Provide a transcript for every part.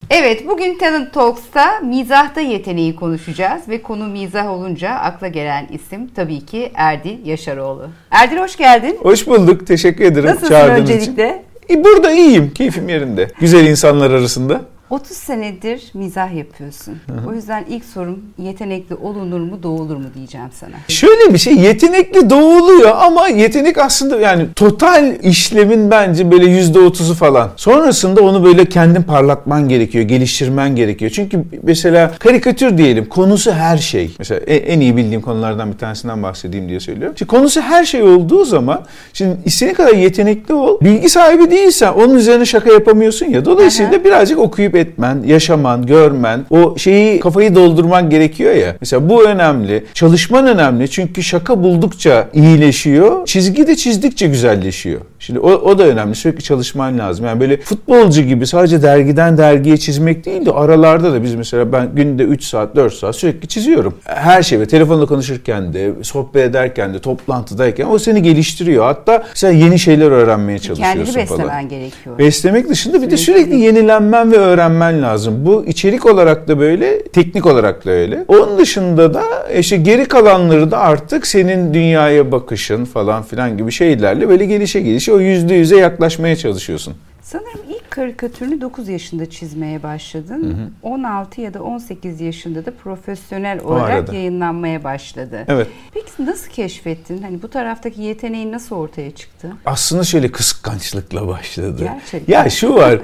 Evet, bugün Talent Talks'ta mizahta yeteneği konuşacağız ve konu mizah olunca akla gelen isim tabii ki Erdil Yaşaroğlu. Erdil hoş geldin. Hoş bulduk, teşekkür ederim. Nasılsın öncelikle? Burada iyiyim, keyfim yerinde. Güzel insanlar arasında. 30 senedir mizah yapıyorsun. O yüzden ilk sorum yetenekli olunur mu doğulur mu diyeceğim sana. Şöyle bir şey, yetenekli doğuluyor ama yetenek aslında yani total işlemin bence böyle %30'u falan. Sonrasında onu böyle kendin parlatman gerekiyor, geliştirmen gerekiyor. Çünkü mesela karikatür diyelim, konusu her şey. Mesela en iyi bildiğim konulardan bir tanesinden bahsedeyim diye söylüyorum. Şimdi konusu her şey olduğu zaman, şimdi istediğin kadar yetenekli ol, bilgi sahibi değilsen onun üzerine şaka yapamıyorsun ya. Dolayısıyla birazcık okuyup etmen, yaşaman, görmen, o şeyi kafayı doldurman gerekiyor ya. Mesela bu önemli. Çalışman önemli. Çünkü şaka buldukça iyileşiyor. Çizgi de çizdikçe güzelleşiyor. Şimdi o da önemli. Sürekli çalışman lazım. Yani böyle futbolcu gibi sadece dergiden dergiye çizmek değil de aralarda da biz mesela ben günde 3 saat, 4 saat sürekli çiziyorum. Her şey ve telefonla konuşurken de, sohbet ederken de, toplantıdayken o seni geliştiriyor. Hatta sen yeni şeyler öğrenmeye çalışıyorsun kendini falan. Kendini beslemen gerekiyor. Beslemek dışında bir de sürekli yenilenmen ve öğrenmen lazım. Bu içerik olarak da böyle, teknik olarak da öyle. Onun dışında da işte geri kalanları da artık senin dünyaya bakışın falan filan gibi şeylerle böyle gelişe o %100'e yaklaşmaya çalışıyorsun. Sanırım ilk karikatürünü 9 yaşında çizmeye başladın. Hı hı. 16 ya da 18 yaşında da profesyonel olarak yayınlanmaya başladı. Evet. Peki nasıl keşfettin? Hani bu taraftaki yeteneğin nasıl ortaya çıktı? Aslında şöyle kıskançlıkla başladı. Gerçekten. Ya şu var,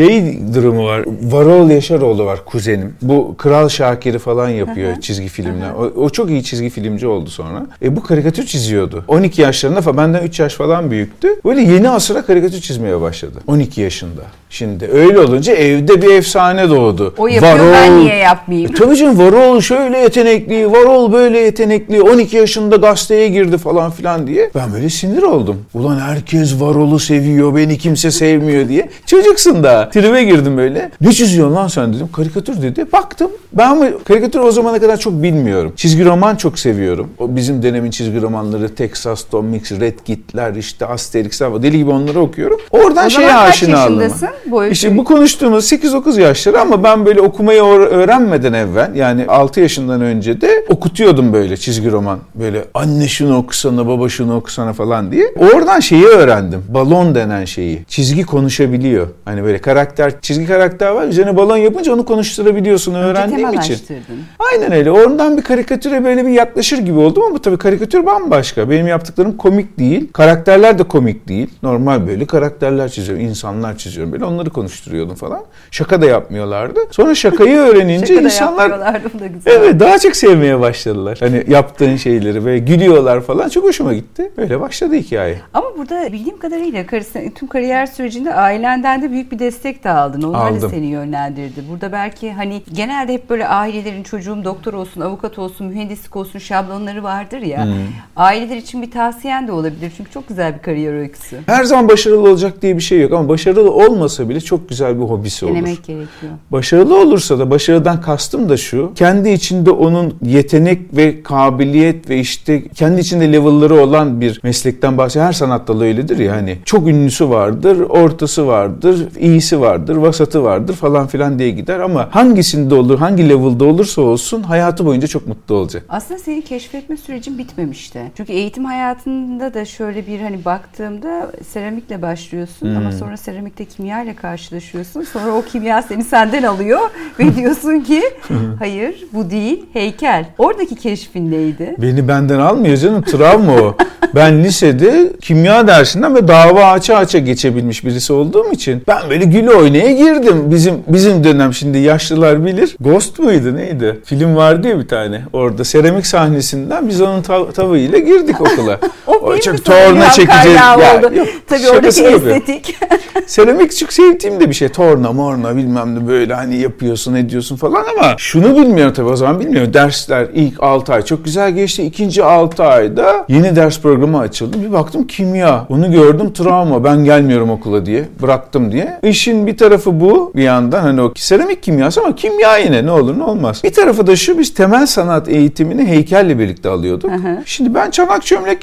durumu var. Varol Yaşaroğlu var kuzenim. Bu Kral Şakir'i falan yapıyor çizgi filmler. O çok iyi çizgi filmci oldu sonra. Bu karikatür çiziyordu. 12 yaşlarında falan, benden 3 yaş falan büyüktü. Böyle yeni asıra karikatür çizmeye başladı. 12 yaşında. Şimdi öyle olunca evde bir efsane doğdu. O yapıyor, Varol, ben niye yapmayayım? Tabii canım, Varol şöyle yetenekli, Varol böyle yetenekli, 12 yaşında gazeteye girdi falan filan diye. Ben böyle sinir oldum. Ulan herkes Varol'u seviyor, beni kimse sevmiyor diye. Çocuksun da. Tribe girdim böyle. Ne çiziyorsun lan sen dedim. Karikatür dedi. Baktım. Ben karikatür o zamana kadar çok bilmiyorum. Çizgi roman çok seviyorum. O bizim dönemin çizgi romanları, Texas Tom Mix, Red Kit'ler, işte Asterix'ler, deli gibi onları okuyorum. Oradan şeye aşinalığım. İşte bu konuştuğumuz 8-9 yaşları ama ben böyle okumayı öğrenmeden evvel, yani 6 yaşından önce de okutuyordum böyle çizgi roman. Böyle anne şunu okusana, baba şunu okusana falan diye. Oradan şeyi öğrendim. Balon denen şeyi. Çizgi konuşabiliyor. Hani böyle çizgi karakter var. Üzerine balon yapınca onu konuşturabiliyorsun öğrendiğim için. Aynen öyle. Oradan bir karikatüre böyle bir yaklaşır gibi oldum ama tabii karikatür bambaşka. Benim yaptıklarım komik değil. Karakterler de komik değil. Normal böyle karakterler çiziyorum. İnsanlar çiziyorum. Böyle onları konuşturuyordum falan. Şaka da yapmıyorlardı. Sonra şakayı öğrenince insanlar evet daha çok sevmeye başladılar. Hani yaptığın şeyleri ve gülüyorlar falan. Çok hoşuma gitti. Öyle başladı hikaye. Ama burada bildiğim kadarıyla tüm kariyer sürecinde ailenden de büyük bir destek de aldın. Onlar da seni yönlendirdi. Burada belki hani genelde hep böyle ailelerin çocuğum doktor olsun, avukat olsun, mühendislik olsun şablonları vardır ya. Aileler için bir tavsiyen de olabilir. Çünkü çok güzel bir kariyer öyküsü. Her zaman başarılı olacak diye bir şey yok ama başarılı olmasa bile çok güzel bir hobisi olur. Denemek gerekiyor. Başarılı olursa da, başarıdan kastım da şu, kendi içinde onun yetenek ve kabiliyet ve işte kendi içinde level'ları olan bir meslekten bahsediyor. Her sanat dalı öyledir ya, hani çok ünlüsü vardır, ortası vardır, iyisi vardır, vasatı vardır falan filan diye gider ama hangisinde olur, hangi level'da olursa olsun hayatı boyunca çok mutlu olacak. Aslında senin keşfetme sürecin bitmemişti. Çünkü eğitim hayatında da şöyle bir hani baktığımda seramikle başlıyorsun ama sonra seramikte kimya ile karşılaşıyorsun. Sonra o kimya seni senden alıyor ve diyorsun ki hayır bu değil, heykel. Oradaki keşfin neydi? Beni benden almıyor canım, travma o. Ben lisede kimya dersinden ve dava aça geçebilmiş birisi olduğum için ben böyle gül oynaya girdim. Bizim dönem, şimdi yaşlılar bilir. Ghost muydu neydi? Film vardı ya bir tane. Orada seramik sahnesinden biz onun tavıyla girdik okula. O çok torna çekeceğiz. Yok, tabii oradaki estetik. Seramik çok sevdiğim de bir şey. Torna morna bilmem ne böyle hani yapıyorsun ediyorsun falan ama şunu bilmiyorum tabii, o zaman bilmiyorum. Dersler ilk 6 ay çok güzel geçti. İkinci 6 ayda yeni ders programı açıldı. Bir baktım kimya. Onu gördüm, travma. Ben gelmiyorum okula diye. Bıraktım diye. İşin bir tarafı bu bir yandan, hani o seramik kimyası ama kimya yine ne olur ne olmaz. Bir tarafı da şu, biz temel sanat eğitimini heykelle birlikte alıyorduk. Şimdi ben çanak çömlek yapıyorum.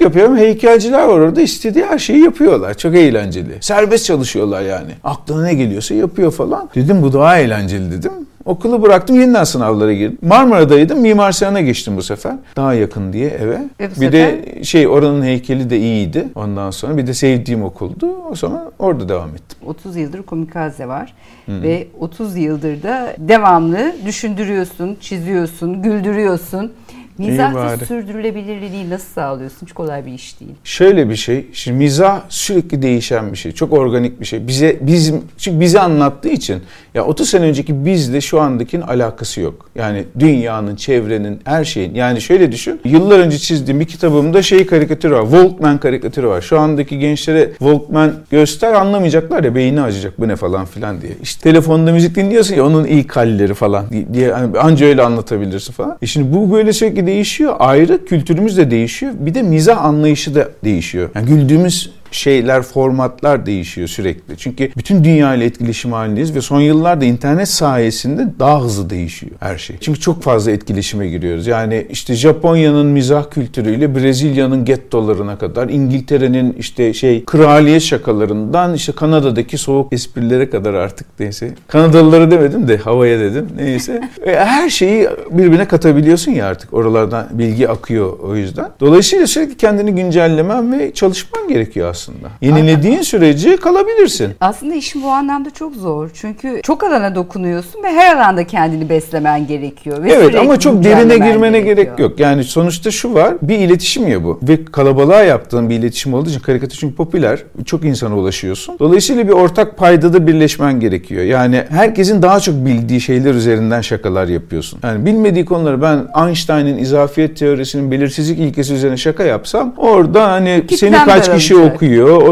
heykelciler var orada, istediği her şeyi yapıyorlar. Çok eğlenceli. Serbest çalışıyorlar yani. Aklına ne geliyorsa yapıyor falan. Dedim bu daha eğlenceli dedim. Okulu bıraktım, yeniden sınavlara girdim. Marmara'daydım, Mimar Sinan'a geçtim bu sefer. Daha yakın diye eve. Bir de oranın heykeli de iyiydi. Ondan sonra bir de sevdiğim okuldu. O zaman orada devam ettim. 30 yıldır Komikaze var. Ve 30 yıldır da devamlı düşündürüyorsun, çiziyorsun, güldürüyorsun. Mizahta sürdürülebilirliği nasıl sağlıyorsun? Hiç kolay bir iş değil. Şöyle bir şey. Şimdi mizah sürekli değişen bir şey. Çok organik bir şey. Çünkü bize anlattığı için ya 30 sene önceki bizle şu andakinin alakası yok. Yani dünyanın, çevrenin, her şeyin. Yani şöyle düşün. Yıllar önce çizdiğim bir kitabımda karikatürü var. Walkman karikatürü var. Şu andaki gençlere Walkman göster, anlamayacaklar ya, beyni acıyacak bu ne falan filan diye. İşte telefonda müzik dinliyorsun ya, onun ilk halleri falan diye anca öyle anlatabilirsin falan. Şimdi bu böyle sürekli değişiyor. Ayrı kültürümüz de değişiyor. Bir de mizah anlayışı da değişiyor. Yani güldüğümüz şeyler, formatlar değişiyor sürekli. Çünkü bütün dünya ile etkileşim halindeyiz ve son yıllarda internet sayesinde daha hızlı değişiyor her şey. Çünkü çok fazla etkileşime giriyoruz. Yani işte Japonya'nın mizah kültürüyle Brezilya'nın gettolarına kadar, İngiltere'nin kraliyet şakalarından Kanada'daki soğuk esprilere kadar artık neyse. Kanadalılara demedim de havaya dedim. Neyse. Her şeyi birbirine katabiliyorsun ya artık. Oralardan bilgi akıyor o yüzden. Dolayısıyla sürekli kendini güncellemen ve çalışman gerekiyor aslında. Yenilediğin sürece kalabilirsin. Aslında işin bu anlamda çok zor. Çünkü çok alana dokunuyorsun ve her alanda kendini beslemen gerekiyor. Ve evet, ama çok derine girmene gerek yok. Yani sonuçta şu var, bir iletişim ya bu. Ve kalabalığa yaptığın bir iletişim olduğu için, karikatür çünkü popüler, çok insana ulaşıyorsun. Dolayısıyla bir ortak paydada birleşmen gerekiyor. Yani herkesin daha çok bildiği şeyler üzerinden şakalar yapıyorsun. Yani bilmediği konuları, ben Einstein'ın izafiyet teorisinin belirsizlik ilkesi üzerine şaka yapsam, orada seni kaç kişi okuyor,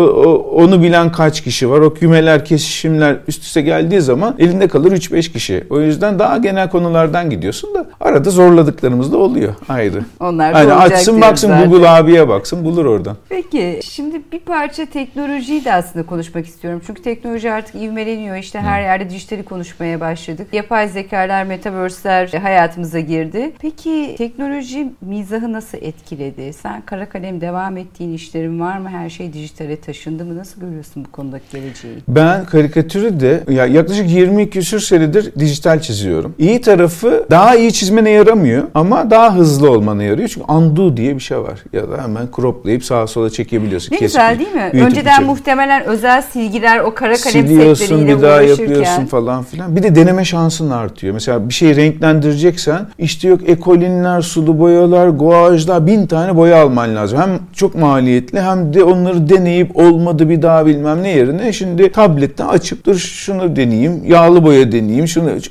onu bilen kaç kişi var, o kümeler, kesişimler üst üste geldiği zaman elinde kalır 3-5 kişi. O yüzden daha genel konulardan gidiyorsun da arada zorladıklarımız da oluyor ayrı. Onlar da olacak. Açsın baksın zaten. Google abiye baksın, bulur oradan. Peki şimdi bir parça teknolojiyi de aslında konuşmak istiyorum. Çünkü teknoloji artık ivmeleniyor. İşte her yerde dijitali konuşmaya başladık. Yapay zekalar, metaverse'ler hayatımıza girdi. Peki teknoloji mizahı nasıl etkiledi? Sen kara kalem devam ettiğin işlerin var mı? Her şey dijitale taşındı mı? Nasıl görüyorsun bu konudaki geleceği? Ben karikatürü de yaklaşık 20 küsür senedir dijital çiziyorum. İyi tarafı, daha iyi çizmene yaramıyor ama daha hızlı olmana yarıyor. Çünkü undo diye bir şey var. Ya da hemen croplayıp sağa sola çekebiliyorsun. Ne güzel değil mi? Önceden muhtemelen özel silgiler, o kara kalem setleriyle uğraşırken. Bir daha yapıyorsun falan filan. Bir de deneme şansın artıyor. Mesela bir şeyi renklendireceksen yok ekolinler, sulu boyalar, guajlar, 1000 tane boya alman lazım. Hem çok maliyetli hem de onları deneyip olmadı bir daha bilmem ne yerine şimdi tabletten açıp şunu deneyeyim, yağlı boya deneyeyim,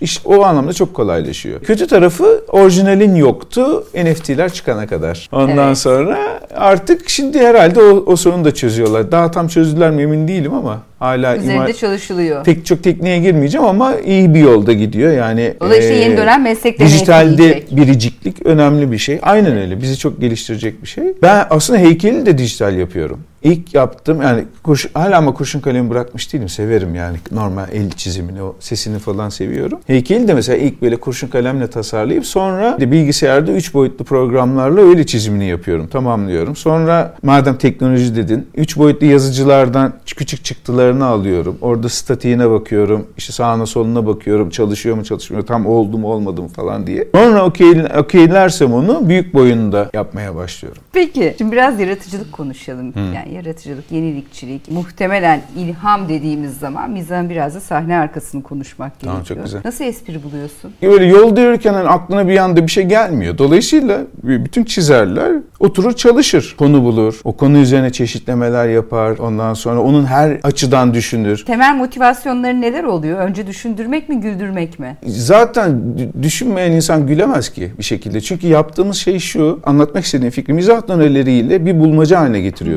o anlamda çok kolaylaşıyor. Kötü tarafı orijinalin yoktu NFT'ler çıkana kadar. Ondan sonra artık şimdi herhalde o sorunu da çözüyorlar. Daha tam çözdüler mi emin değilim ama hala üzerinde çalışılıyor. Çok tekniğe girmeyeceğim ama iyi bir yolda gidiyor. Yani dolayısıyla yeni dönem mesleklerini dijitalde biriciklik önemli bir şey. Aynen öyle. Bizi çok geliştirecek bir şey. Ben aslında heykeli de dijital yapıyorum. İlk yaptım hala ama kurşun kalemi bırakmış değilim. Severim yani normal el çizimini, o sesini falan seviyorum. Heykeli de mesela ilk böyle kurşun kalemle tasarlayıp sonra bilgisayarda 3 boyutlu programlarla öyle çizimini yapıyorum. Tamamlıyorum. Sonra madem teknoloji dedin, 3 boyutlu yazıcılardan küçük çıktılarını alıyorum. Orada statiğine bakıyorum. Sağına soluna bakıyorum. Çalışıyor mu çalışmıyor mu, tam oldu mu olmadı mı falan diye. Sonra okeylersem onu büyük boyunda yapmaya başlıyorum. Peki şimdi biraz yaratıcılık konuşalım. Yani yaratıcılık, yenilikçilik, muhtemelen ilham dediğimiz zaman mizahın biraz da sahne arkasını konuşmak gerekiyor. Tamam, çok güzel. Nasıl espri buluyorsun? Böyle yolda yürürken aklına bir anda bir şey gelmiyor. Dolayısıyla bütün çizerler oturur çalışır. Konu bulur. O konu üzerine çeşitlemeler yapar. Ondan sonra onun her açıdan düşünür. Temel motivasyonları neler oluyor? Önce düşündürmek mi, güldürmek mi? Zaten düşünmeyen insan gülemez ki bir şekilde. Çünkü yaptığımız şey şu, anlatmak istediğin fikri mizah döneleriyle bir bulmaca haline getiriyorsun. Karşı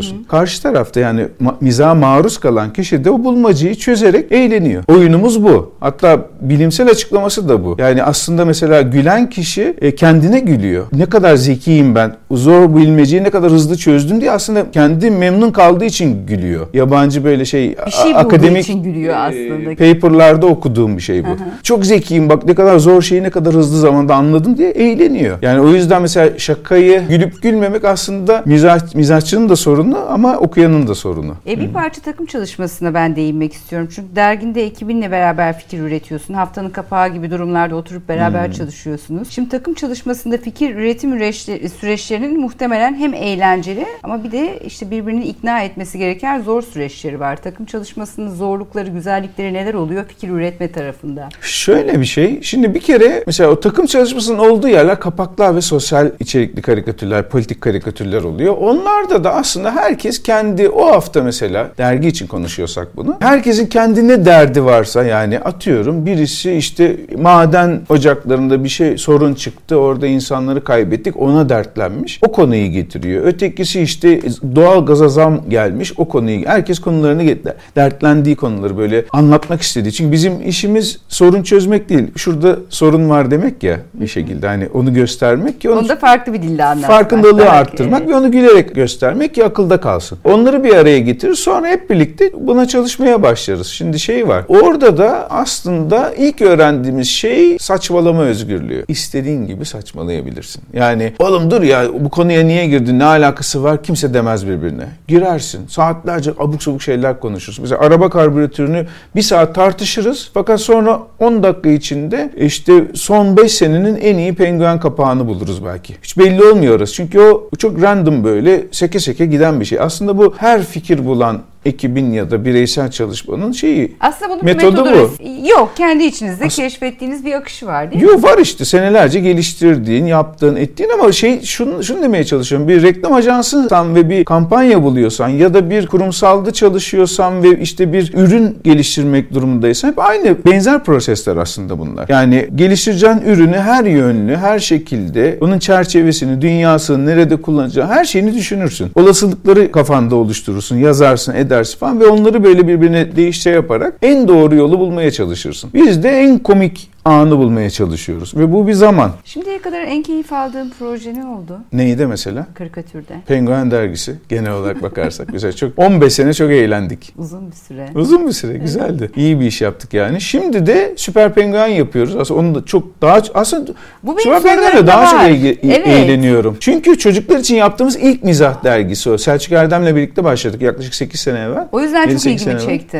karşı tarafta yani mizaha maruz kalan kişi de o bulmacayı çözerek eğleniyor. Oyunumuz bu. Hatta bilimsel açıklaması da bu. Yani aslında mesela gülen kişi kendine gülüyor. Ne kadar zekiyim ben, zor bilmeceyi ne kadar hızlı çözdüm diye aslında kendi memnun kaldığı için gülüyor. Yabancı böyle bir şey akademik için gülüyor aslında. Paper'larda okuduğum bir şey bu. Çok zekiyim bak ne kadar zor şeyi ne kadar hızlı zamanda anladım diye eğleniyor. Yani o yüzden mesela şakayı gülüp gülmemek aslında mizahçının da sorunu ama okuyanın da sorunu. Bir parça takım çalışmasına ben değinmek istiyorum. Çünkü derginde ekibinle beraber fikir üretiyorsun. Haftanın kapağı gibi durumlarda oturup beraber çalışıyorsunuz. Şimdi takım çalışmasında fikir üretim süreçlerinin muhtemelen hem eğlenceli ama bir de işte birbirini ikna etmesi gereken zor süreçleri var. Takım çalışmasının zorlukları, güzellikleri neler oluyor fikir üretme tarafında? Şöyle bir şey. Şimdi bir kere mesela o takım çalışmasının olduğu yerler kapaklar ve sosyal içerikli karikatürler, politik karikatürler oluyor. Onlarda da aslında herkes kendi o hafta mesela dergi için konuşuyorsak bunu. Herkesin kendine derdi varsa yani atıyorum birisi işte maden ocaklarında bir şey sorun çıktı. Orada insanları kaybettik. Ona dertlenmiş. O konuyu getiriyor. Ötekisi işte doğal gaza zam gelmiş. O konuyu herkes konularını dertlendiği konuları böyle anlatmak istediği. Çünkü bizim işimiz sorun çözmek değil. Şurada sorun var demek ya bir şekilde hani onu göstermek ki onu da farklı bir dille anlatmak. Farkındalığı arttırmak ve onu gülerek göstermek ki akılda kalsın. Onları bir araya getirir. Sonra hep birlikte buna çalışmaya başlarız. Şimdi şey var. Orada da aslında ilk öğrendiğimiz şey saçmalama özgürlüğü. İstediğin gibi saçmalayabilirsin. Yani oğlum dur ya bu konuya niye girdin? Ne alakası var? Kimse demez birbirine. Girersin. Saatlerce abuk sabuk şeyler konuşursun. Mesela araba karbüratörünü bir saat tartışırız. Fakat sonra 10 dakika içinde işte son 5 senenin en iyi penguen kapağını buluruz belki. Hiç belli olmuyoruz. Çünkü o çok random böyle seke seke giden bir şey. Aslında bu her fikir bulan ekibin ya da bireysel çalışmanın şeyi. Aslında bunun metodu bu. Yok, kendi içinizde keşfettiğiniz bir akışı var değil mi? Yok var işte senelerce geliştirdiğin, yaptığın, ettiğin ama şunu demeye çalışıyorum. Bir reklam ajansıysan ve bir kampanya buluyorsan ya da bir kurumsalda çalışıyorsan ve işte bir ürün geliştirmek durumundaysan hep aynı benzer prosesler aslında bunlar. Yani geliştireceğin ürünü her yönlü, her şekilde onun çerçevesini, dünyasını, nerede kullanacağı her şeyini düşünürsün. Olasılıkları kafanda oluşturursun, yazarsın, edersin falan ve onları böyle birbirine değişte yaparak en doğru yolu bulmaya çalışırsın. Biz de en komik anı bulmaya çalışıyoruz ve bu bir zaman. Şimdiye kadar en keyif aldığın proje ne oldu? Neydi mesela? Karikatürde. Penguen dergisi genel olarak bakarsak. Mesela 15 sene çok eğlendik. Uzun bir süre. Uzun bir süre, güzeldi. Evet. İyi bir iş yaptık yani. Şimdi de Süper Penguen yapıyoruz. Aslında onu da çok daha aslında Süper Penguen'le daha çok eğleniyorum. Çünkü çocuklar için yaptığımız ilk mizah dergisi o. Selçuk Erdem'le birlikte başladık yaklaşık 8 sene evvel. O yüzden çok ilgimi çekti.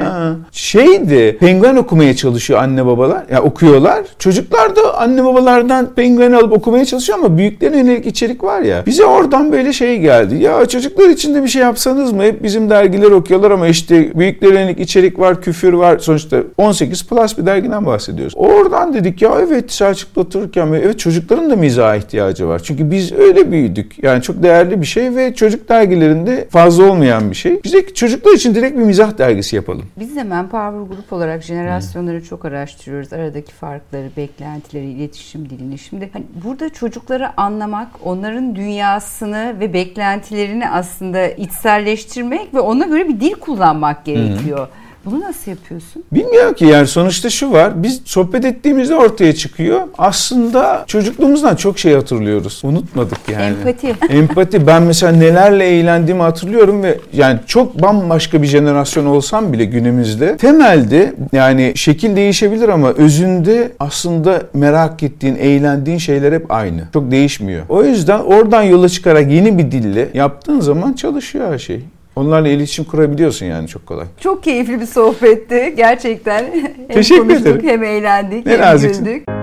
Şeydi, penguen okumaya çalışıyor anne babalar. Ya okuyorlar. Çocuklar da anne babalardan pengueni alıp okumaya çalışıyor ama büyüklerine yönelik içerik var ya. Bize oradan böyle şey geldi. Ya çocuklar için de bir şey yapsanız mı? Hep bizim dergiler okuyorlar ama işte büyüklere yönelik içerik var, küfür var. Sonuçta 18 plus bir dergiden bahsediyoruz. Oradan dedik ya evet Selçuk'ta otururken evet çocukların da mizaha ihtiyacı var. Çünkü biz öyle büyüdük. Yani çok değerli bir şey ve çocuk dergilerinde fazla olmayan bir şey. Biz de çocuklar için direkt bir mizah dergisi yapalım. Biz de Manpower Group olarak jenerasyonları çok araştırıyoruz. Aradaki farkları, beklentileri, iletişim dilini. Şimdi hani burada çocukları anlamak, onların dünyasını ve beklentilerini aslında içselleştirmek ve ona göre bir dil kullanmak gerekiyor. Bunu nasıl yapıyorsun? Bilmiyorum ki yani sonuçta şu var. Biz sohbet ettiğimizde ortaya çıkıyor. Aslında çocukluğumuzdan çok şey hatırlıyoruz. Unutmadık yani. Empati. Empati. Ben mesela nelerle eğlendiğimi hatırlıyorum ve yani çok bambaşka bir jenerasyon olsam bile günümüzde temelde yani şekil değişebilir ama özünde aslında merak ettiğin, eğlendiğin şeyler hep aynı. Çok değişmiyor. O yüzden oradan yola çıkarak yeni bir dille yaptığın zaman çalışıyor her şey. Onlarla iletişim kurabiliyorsun yani çok kolay. Çok keyifli bir sohbetti gerçekten. Hem Teşekkür konuştuk ederim. hem eğlendik Ne hem naziksin. güldük.